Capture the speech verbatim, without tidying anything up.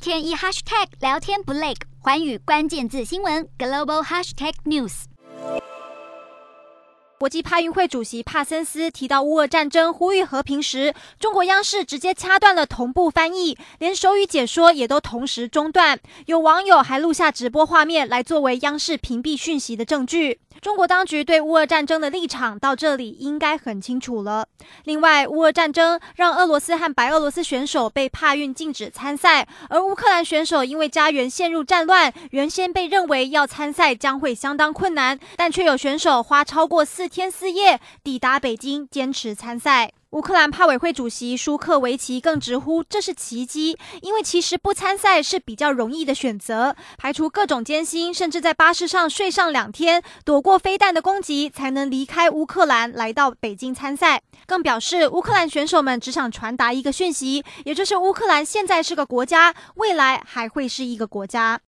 天一 hashtag 聊天不累，寰宇关键字新闻 global hashtag news。 国际帕运会主席帕森斯提到乌俄战争，呼吁和平时，中国央视直接掐断了同步翻译，连手语解说也都同时中断。有网友还录下直播画面来作为央视屏蔽讯息的证据。中国当局对乌俄战争的立场到这里应该很清楚了。另外，乌俄战争让俄罗斯和白俄罗斯选手被帕运禁止参赛，而乌克兰选手因为家园陷入战乱，原先被认为要参赛将会相当困难，但却有选手花超过四天四夜抵达北京，坚持参赛。乌克兰帕委会主席舒克维奇更直呼这是奇迹，因为其实不参赛是比较容易的选择，排除各种艰辛，甚至在巴士上睡上两天，躲过飞弹的攻击，才能离开乌克兰来到北京参赛。更表示乌克兰选手们只想传达一个讯息，也就是乌克兰现在是个国家，未来还会是一个国家。